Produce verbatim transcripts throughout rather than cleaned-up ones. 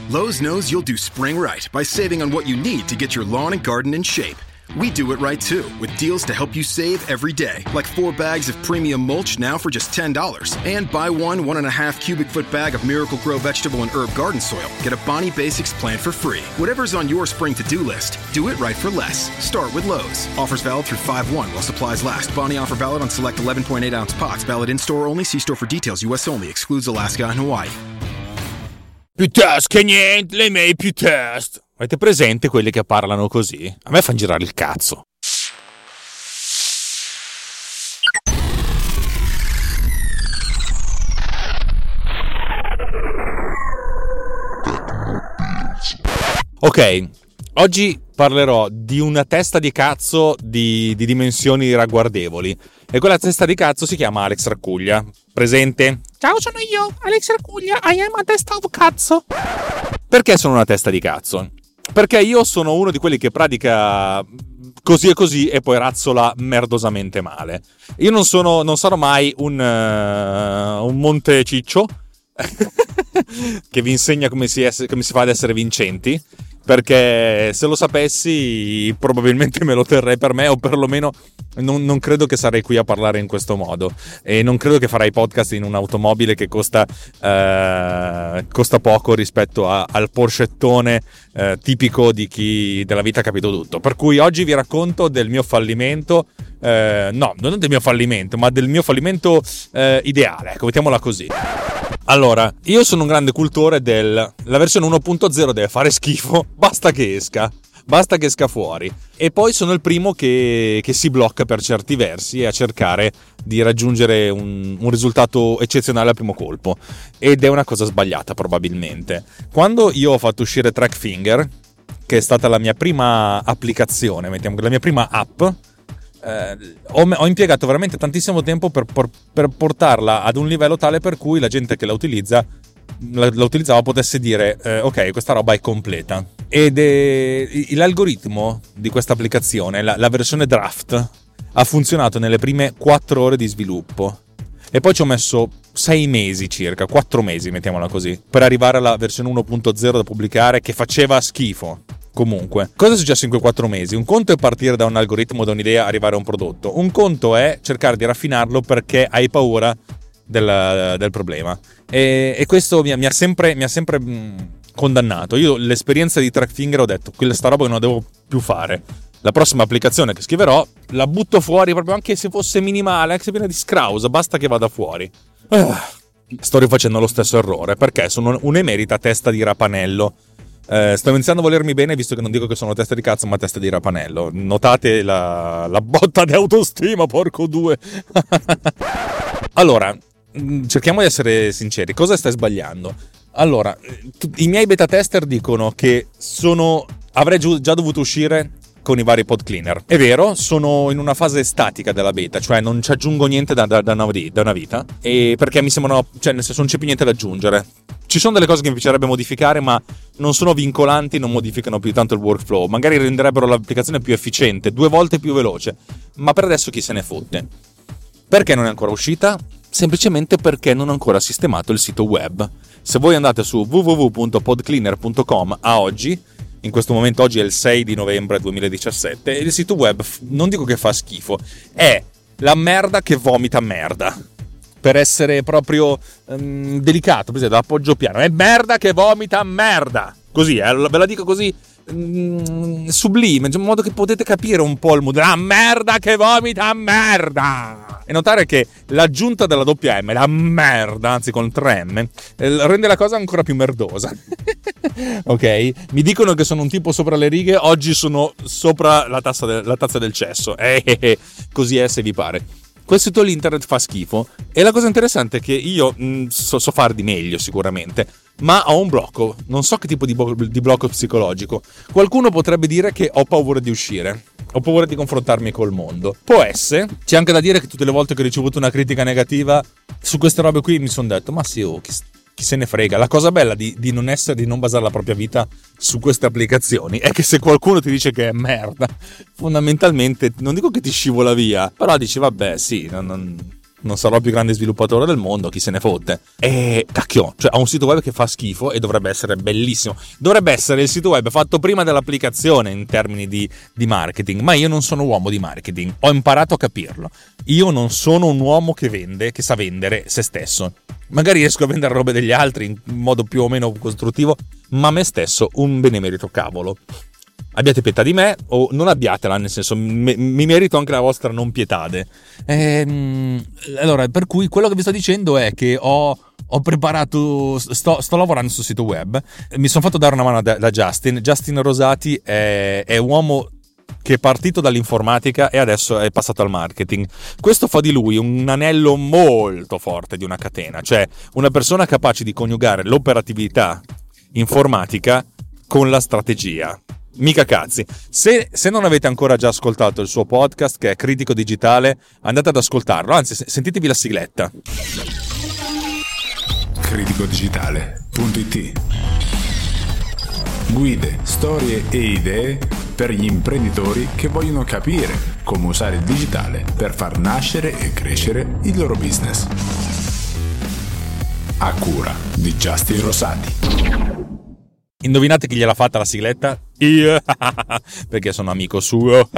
Lowe's knows you'll do spring right by saving on what you need to get your lawn and garden in shape. We do it right too, with deals to help you save every day, like four bags of premium mulch now for just ten dollars. And buy one one and a half cubic foot bag of Miracle Grow vegetable and herb garden soil. Get a Bonnie Basics plant for free. Whatever's on your spring to-do list, do it right for less. Start with Lowe's. Offers valid through five one while supplies last. Bonnie offer valid on select eleven point eight ounce pots. Valid in-store only. See store for details. U S only. Excludes Alaska and Hawaii. Piuttosto che niente, le miei piuttosto. Avete presente quelli che parlano così? A me fanno girare il cazzo. Ok, oggi parlerò di una testa di cazzo di, di dimensioni ragguardevoli. E quella testa di cazzo si chiama Alex Raccuglia. Presente? Ciao, sono io, Alex Raccuglia. I am a testa of cazzo. Perché sono una testa di cazzo? Perché io sono uno di quelli che pratica così e così e poi razzola merdosamente male. Io non sono, non sarò mai un, uh, un Monte Ciccio che vi insegna come si, ess- come si fa ad essere vincenti, perché se lo sapessi probabilmente me lo terrei per me, o perlomeno non, non credo che sarei qui a parlare in questo modo, e non credo che farai podcast in un'automobile che costa eh, costa poco rispetto a, al Porschettone eh, tipico di chi della vita ha capito tutto. Per cui oggi vi racconto del mio fallimento, eh, no, non del mio fallimento, ma del mio fallimento eh, ideale, ecco, mettiamola così. Allora, io sono un grande cultore del la versione uno punto zero deve fare schifo, basta che esca, basta che esca fuori. E poi sono il primo che, che si blocca per certi versi a cercare di raggiungere un, un risultato eccezionale al primo colpo. Ed è una cosa sbagliata probabilmente. Quando io ho fatto uscire Trackfinger, che è stata la mia prima applicazione, mettiamo la mia prima app, Eh, ho, ho impiegato veramente tantissimo tempo per, per, per portarla ad un livello tale per cui la gente che la utilizza la, la utilizzava potesse dire eh, ok, questa roba è completa. Ed è, l'algoritmo di questa applicazione, la, la versione draft, ha funzionato nelle prime quattro ore di sviluppo e poi ci ho messo sei mesi circa, quattro mesi mettiamola così, per arrivare alla versione uno punto zero da pubblicare, che faceva schifo. Comunque, cosa è successo in quei quattro mesi? Un conto è partire da un algoritmo, da un'idea, arrivare a un prodotto. Un conto è cercare di raffinarlo perché hai paura del, del problema. E, e questo mi, mi ha sempre, mi ha sempre mh, condannato. Io l'esperienza di Trackfinger ho detto, quella sta roba che non devo più fare. La prossima applicazione che scriverò la butto fuori proprio, anche se fosse minimale, anche se viene di Scrausa, basta che vada fuori. Ah, sto rifacendo lo stesso errore perché sono un'emerita testa di rapanello. Eh, sto iniziando a volermi bene, visto che non dico che sono testa di cazzo ma testa di rapanello. Notate la, la botta di autostima, porco due. Allora, cerchiamo di essere sinceri. Cosa stai sbagliando? Allora, i miei beta tester dicono che sono avrei già dovuto uscire con i vari pod cleaner. È vero, sono in una fase statica della beta, cioè non ci aggiungo niente da, da, da, una, da una vita, e perché mi sembrano, cioè nel senso non c'è più niente da aggiungere. Ci sono delle cose che mi piacerebbe modificare, ma non sono vincolanti, non modificano più tanto il workflow. Magari renderebbero l'applicazione più efficiente, due volte più veloce, ma per adesso chi se ne fotte. Perché non è ancora uscita? Semplicemente perché non ho ancora sistemato il sito web. Se voi andate su w w w punto pod cleaner punto com a oggi, in questo momento oggi è il sei di novembre duemiladiciassette, il sito web, non dico che fa schifo, è la merda che vomita merda. Per essere proprio um, delicato, per esempio, da appoggio piano, è merda che vomita merda. Così, eh, ve la dico così um, sublime, in modo che potete capire un po' il mood. La merda che vomita merda. E notare che l'aggiunta della doppia M, la merda, anzi con tre M, eh, rende la cosa ancora più merdosa. Ok? Mi dicono che sono un tipo sopra le righe, oggi sono sopra la, tazza de- la tazza del cesso. Eh, eh, eh, così è, se vi pare. Quel sito l'internet fa schifo, e la cosa interessante è che io mh, so, so fare di meglio sicuramente, ma ho un blocco, non so che tipo di, bo- di blocco psicologico. Qualcuno potrebbe dire che ho paura di uscire, ho paura di confrontarmi col mondo. Può essere. C'è anche da dire che tutte le volte che ho ricevuto una critica negativa su queste robe qui mi sono detto, ma sì, oh, chi, chi se ne frega. La cosa bella di, di non essere, di non basare la propria vita su queste applicazioni è che se qualcuno ti dice che è merda, fondamentalmente non dico che ti scivola via, però dici vabbè sì, non, non, non sarò il più grande sviluppatore del mondo, chi se ne fotte. E cacchio, cioè ho un sito web che fa schifo e dovrebbe essere bellissimo, dovrebbe essere il sito web fatto prima dell'applicazione in termini di, di marketing, ma io non sono uomo di marketing, ho imparato a capirlo. Io non sono un uomo che vende, che sa vendere se stesso. Magari riesco a vendere robe degli altri in modo più o meno costruttivo, ma me stesso un benemerito cavolo. Abbiate pietà di me o non abbiatela, nel senso mi, mi merito anche la vostra non pietade. Ehm, allora, per cui quello che vi sto dicendo è che ho, ho preparato, sto, sto lavorando sul sito web, mi sono fatto dare una mano da, da Justin. Justin Rosati è, è uomo che è partito dall'informatica e adesso è passato al marketing. Questo fa di lui un anello molto forte di una catena, cioè una persona capace di coniugare l'operatività informatica con la strategia. Mica cazzi. Se, se non avete ancora già ascoltato il suo podcast, che è Critico Digitale, andate ad ascoltarlo, anzi sentitevi la sigletta. critico digitale punto it. Guide, storie e idee per gli imprenditori che vogliono capire come usare il digitale per far nascere e crescere il loro business. A cura di Justin Rosati. Indovinate chi gliel'ha fatta la sigletta? Io, perché sono amico suo.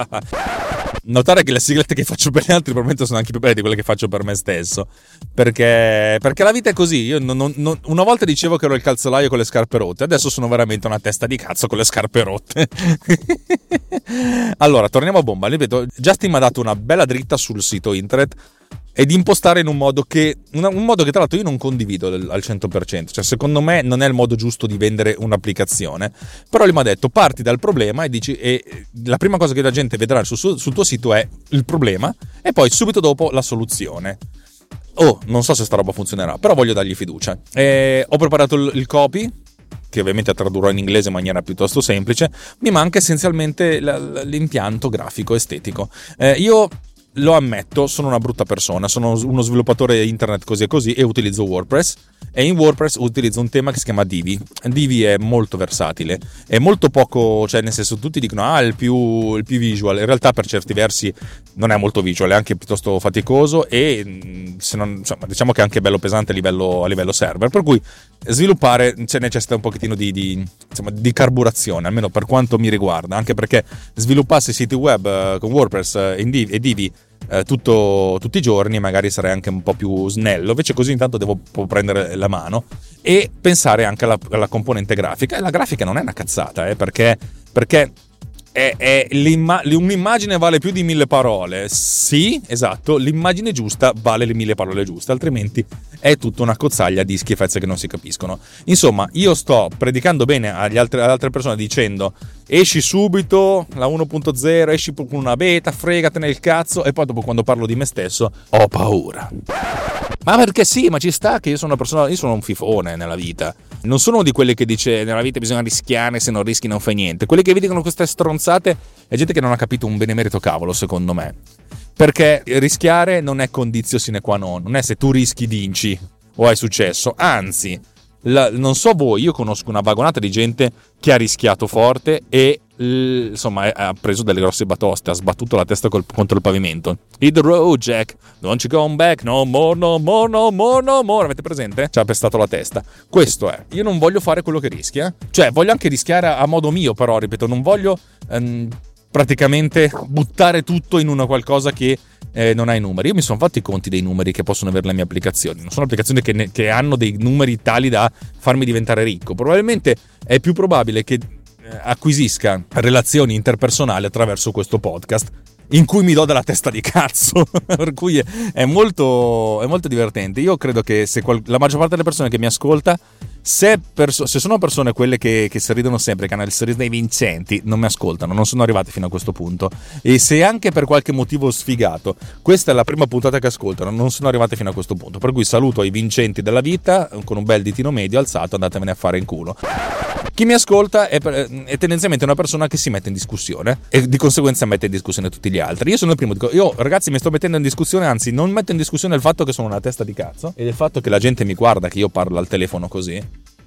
Notare che le siglette che faccio per gli altri probabilmente sono anche più belle di quelle che faccio per me stesso, perché, perché la vita è così. Io non, non, una volta dicevo che ero il calzolaio con le scarpe rotte, adesso sono veramente una testa di cazzo con le scarpe rotte. Allora, torniamo a bomba. Ripeto, Justin mi ha dato una bella dritta sul sito internet e di impostare in un modo che un modo che tra l'altro io non condivido al cento per cento, cioè secondo me non è il modo giusto di vendere un'applicazione, però lui mi ha detto parti dal problema e dici, e la prima cosa che la gente vedrà sul, sul tuo sito è il problema e poi subito dopo la soluzione. Oh, non so se sta roba funzionerà, però voglio dargli fiducia. E ho preparato il, il copy, che ovviamente tradurrò in inglese in maniera piuttosto semplice. Mi manca essenzialmente l'impianto grafico estetico. Eh, io lo ammetto, sono una brutta persona, sono uno sviluppatore internet così e così e utilizzo WordPress, e in WordPress utilizzo un tema che si chiama Divi. Divi è molto versatile, è molto poco, cioè nel senso tutti dicono ah il più, il più visual, in realtà per certi versi non è molto visual, è anche piuttosto faticoso e se non, insomma, diciamo che è anche bello pesante a livello, a livello server, per cui sviluppare cioè, necessita un pochettino di, di, insomma, di carburazione, almeno per quanto mi riguarda, anche perché sviluppassi siti web uh, con WordPress uh, in Divi, e Divi uh, tutto, tutti i giorni magari sarei anche un po' più snello, invece così intanto devo prendere la mano e pensare anche alla, alla componente grafica, e la grafica non è una cazzata, eh, perché, perché è, è un'immagine vale più di mille parole, sì, esatto, l'immagine giusta vale le mille parole giuste, altrimenti è tutta una cozzaglia di schifezze che non si capiscono. Insomma, io sto predicando bene agli altri, alle altre persone dicendo esci subito la uno punto zero, esci con una beta, fregatene il cazzo, e poi dopo quando parlo di me stesso ho paura. Ma perché sì, ma ci sta che io sono una persona, io sono un fifone nella vita. Non sono di quelli che dice nella vita bisogna rischiare, se non rischi non fai niente. Quelli che vi dicono queste stronzate è gente che non ha capito un benemerito cavolo, secondo me. Perché rischiare non è condizio sine qua non, non è se tu rischi vinci o hai successo, anzi, la, non so voi, io conosco una vagonata di gente che ha rischiato forte e l, insomma ha preso delle grosse batoste, ha sbattuto la testa col, contro il pavimento. Hit the road Jack, don't you come back, no more, no more, no more, no more. Avete presente? Ci ha pestato la testa. Questo è, io non voglio fare quello che rischia, cioè voglio anche rischiare a, a modo mio, però ripeto, non voglio ehm, praticamente buttare tutto in una qualcosa che eh, non ha i numeri. Io mi sono fatto i conti dei numeri che possono avere le mie applicazioni, non sono applicazioni che, ne, che hanno dei numeri tali da farmi diventare ricco. Probabilmente è più probabile che eh, acquisisca relazioni interpersonali attraverso questo podcast in cui mi do della testa di cazzo. Per cui è molto, è molto divertente. Io credo che se qual- la maggior parte delle persone che mi ascolta, se, perso- se sono persone quelle che, che sorridono sempre, che hanno il sorriso dei vincenti, non mi ascoltano, non sono arrivati fino a questo punto. E se anche per qualche motivo sfigato questa è la prima puntata che ascoltano, non sono arrivati fino a questo punto, per cui saluto i vincenti della vita con un bel ditino medio alzato, andatevene a fare in culo. Chi mi ascolta è, è tendenzialmente una persona che si mette in discussione e di conseguenza mette in discussione tutti gli altri. Io sono il primo, dico, io ragazzi mi sto mettendo in discussione, anzi non metto in discussione il fatto che sono una testa di cazzo e il fatto che la gente mi guarda che io parlo al telefono così.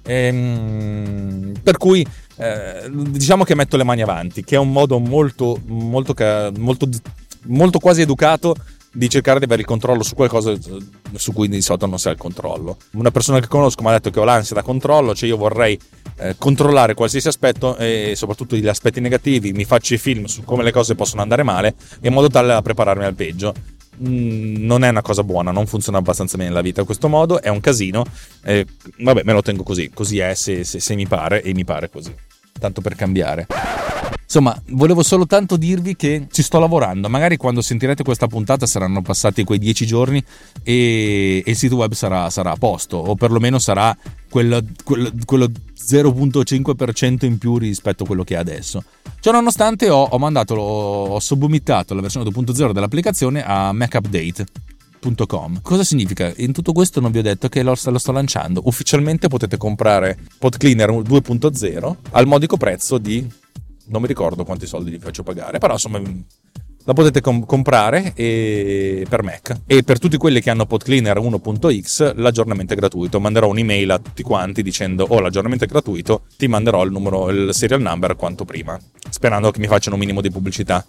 Ehm, per cui eh, diciamo che metto le mani avanti, che è un modo molto molto molto, molto quasi educato di cercare di avere il controllo su qualcosa su cui di solito non si ha il controllo. Una persona che conosco mi ha detto che ho l'ansia da controllo, cioè io vorrei eh, controllare qualsiasi aspetto e soprattutto gli aspetti negativi, mi faccio i film su come le cose possono andare male in modo tale da prepararmi al peggio. Mm, non è una cosa buona, non funziona abbastanza bene la vita in questo modo, è un casino, eh, vabbè, me lo tengo così, così è se, se, se mi pare, e mi pare così, tanto per cambiare. Insomma, volevo solo tanto dirvi che ci sto lavorando. Magari quando sentirete questa puntata saranno passati quei dieci giorni e, e il sito web sarà, sarà a posto, o perlomeno sarà quello, quello, quello zero virgola cinque per cento in più rispetto a quello che è adesso. Ciò nonostante ho, ho mandato, ho submittato la versione due punto zero dell'applicazione a mac update punto com. Cosa significa? In tutto questo non vi ho detto che lo, lo sto lanciando. Ufficialmente potete comprare PodCleaner due punto zero al modico prezzo di... non mi ricordo quanti soldi vi faccio pagare, però insomma la potete com- comprare e per Mac. E per tutti quelli che hanno PodCleaner uno punto x l'aggiornamento è gratuito. Manderò un'email a tutti quanti dicendo oh, l'aggiornamento è gratuito, ti manderò il numero, il serial number quanto prima, sperando che mi facciano un minimo di pubblicità.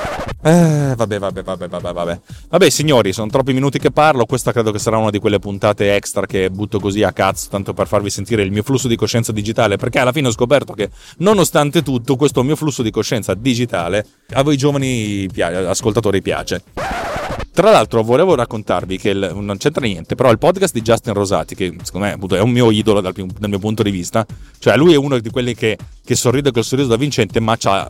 Eh, vabbè, vabbè, vabbè, vabbè, vabbè. Vabbè, signori, sono troppi minuti che parlo. Questa credo che sarà una di quelle puntate extra che butto così a cazzo, tanto per farvi sentire il mio flusso di coscienza digitale, perché alla fine ho scoperto che, nonostante tutto, questo mio flusso di coscienza digitale a voi giovani pi- ascoltatori piace. Tra l'altro volevo raccontarvi che il, non c'entra niente, però il podcast di Justin Rosati, che secondo me appunto è un mio idolo dal, dal mio punto di vista, cioè lui è uno di quelli che, che sorride col sorriso da vincente, ma c'ha...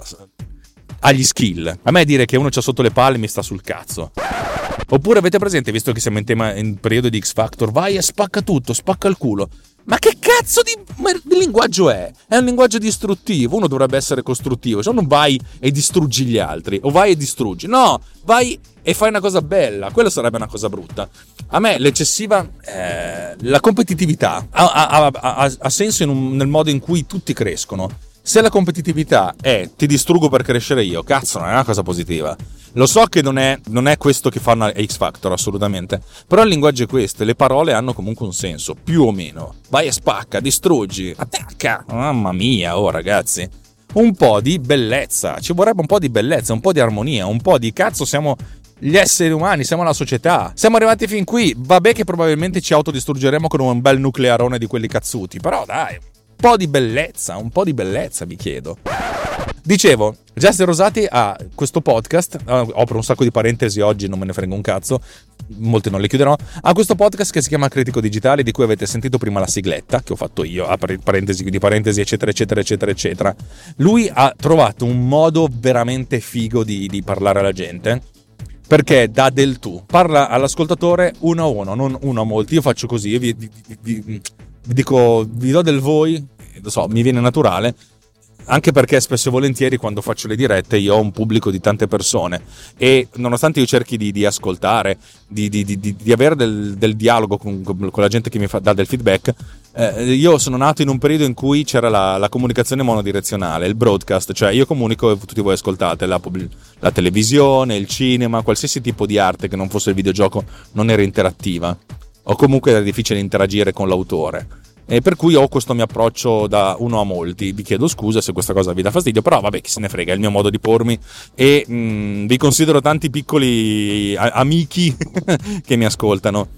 ha gli skill. A me dire che uno c'ha sotto le palle mi sta sul cazzo. Oppure avete presente, visto che siamo in tema in periodo di X Factor, vai e spacca tutto, spacca il culo. Ma che cazzo di, di linguaggio è? È un linguaggio distruttivo. Uno dovrebbe essere costruttivo. Cioè non vai e distruggi gli altri, o vai e distruggi. No, vai e fai una cosa bella. Quello sarebbe una cosa brutta. A me l'eccessiva eh, la competitività ha, ha, ha, ha senso in un, nel modo in cui tutti crescono. Se la competitività è ti distruggo per crescere io, cazzo, non è una cosa positiva. Lo so che non è, non è questo che fanno a X Factor, assolutamente. Però il linguaggio è questo, le parole hanno comunque un senso, più o meno. Vai e spacca, distruggi, attacca. Mamma mia, oh ragazzi. Un po' di bellezza, ci vorrebbe un po' di bellezza, un po' di armonia, un po' di cazzo siamo... gli esseri umani, siamo la società. Siamo arrivati fin qui. Vabbè che probabilmente ci autodistruggeremo con un bel nuclearone di quelli cazzuti, però dai, un po' di bellezza, un po' di bellezza vi chiedo. Dicevo, Justin Rosati ha questo podcast, uh, apro un sacco di parentesi oggi, non me ne frega un cazzo, molte non le chiuderò, ha questo podcast che si chiama Critico Digitale, di cui avete sentito prima la sigletta, che ho fatto io, a parentesi, di parentesi, eccetera, eccetera, eccetera, eccetera. Lui ha trovato un modo veramente figo di, di parlare alla gente, perché dà del tu, parla all'ascoltatore uno a uno, non uno a molti. Io faccio così, io vi, vi, vi, vi dico, vi do del voi, lo so, mi viene naturale, anche perché spesso e volentieri quando faccio le dirette io ho un pubblico di tante persone e nonostante io cerchi di, di ascoltare, di, di, di, di avere del, del dialogo con, con la gente che mi fa, dà del feedback, eh, io sono nato in un periodo in cui c'era la, la comunicazione monodirezionale, il broadcast, cioè io comunico e tutti voi ascoltate, la, la televisione, il cinema, qualsiasi tipo di arte che non fosse il videogioco non era interattiva, o comunque era difficile interagire con l'autore. E per cui ho questo mio approccio da uno a molti. Vi chiedo scusa se questa cosa vi dà fastidio, però vabbè, chi se ne frega, è il mio modo di pormi e mh, vi considero tanti piccoli a- amici che mi ascoltano.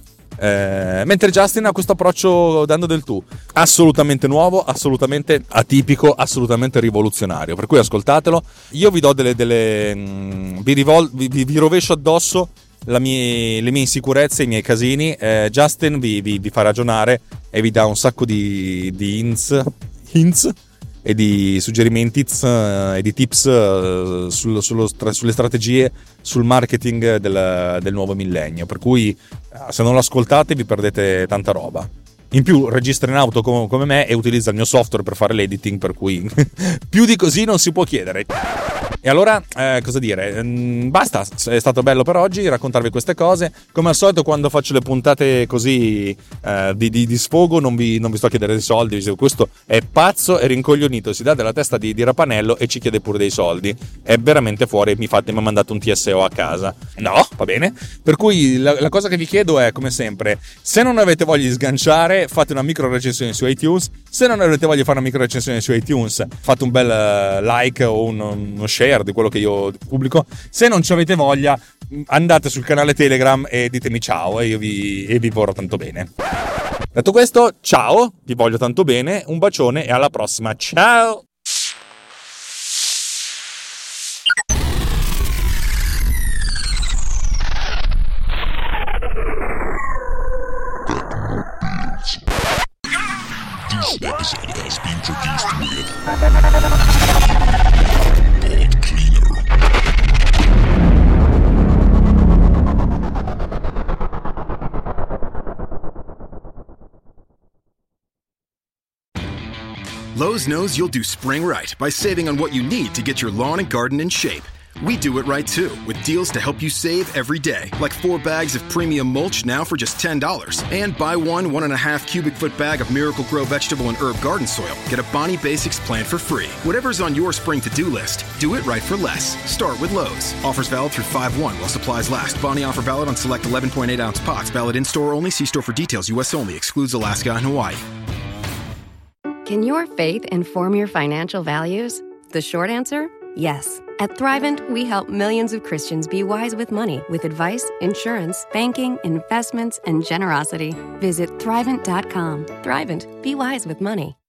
Eh, mentre Justin ha questo approccio dando del tu, assolutamente nuovo, assolutamente atipico, assolutamente rivoluzionario, per cui ascoltatelo. Io vi do delle, delle mh, vi, rivol- vi, vi rovescio addosso la mie, le mie insicurezze, i miei casini. eh, Justin vi, vi, vi fa ragionare e vi dà un sacco di, di hints, hints e di suggerimenti uh, e di tips uh, sul, sullo, sulle strategie, sul marketing del, del nuovo millennio, per cui uh, se non lo ascoltate vi perdete tanta roba. In più registra in auto come, come me e utilizza il mio software per fare l'editing, per cui più di così non si può chiedere. E allora, eh, cosa dire? Mm, basta, è stato bello per oggi raccontarvi queste cose. Come al solito quando faccio le puntate così eh, di, di, di sfogo non vi, non vi sto a chiedere dei soldi. Vi dico, questo è pazzo e rincoglionito, si dà della testa di, di Rapanello e ci chiede pure dei soldi. È veramente fuori, mi, fate, mi ha mandato un T S O a casa. No, va bene? Per cui la, la cosa che vi chiedo è, come sempre, se non avete voglia di sganciare, fate una micro recensione su iTunes. Se non avete voglia di fare una micro recensione su iTunes, fate un bel like o un, uno share di quello che io pubblico. Se non ci avete voglia, andate sul canale Telegram e ditemi ciao e io vi, e vi vorrò tanto bene. Detto questo, ciao, vi voglio tanto bene, un bacione e alla prossima, ciao! This episode has been produced with Pod Cleaner. Lowe's knows you'll do spring right by saving on what you need to get your lawn and garden in shape. We do it right too, with deals to help you save every day, like four bags of premium mulch now for just ten dollars. And buy one one and a half cubic foot bag of Miracle-Gro vegetable and herb garden soil. Get a Bonnie Basics plant for free. Whatever's on your spring to-do list, do it right for less. Start with Lowe's. Offers valid through five one while supplies last. Bonnie offer valid on select eleven point eight ounce pots. Valid in-store only. See store for details. U S only. Excludes Alaska and Hawaii. Can your faith inform your financial values? The short answer? Yes. At Thrivent, we help millions of Christians be wise with money with advice, insurance, banking, investments, and generosity. Visit Thrivent dot com. Thrivent, be wise with money.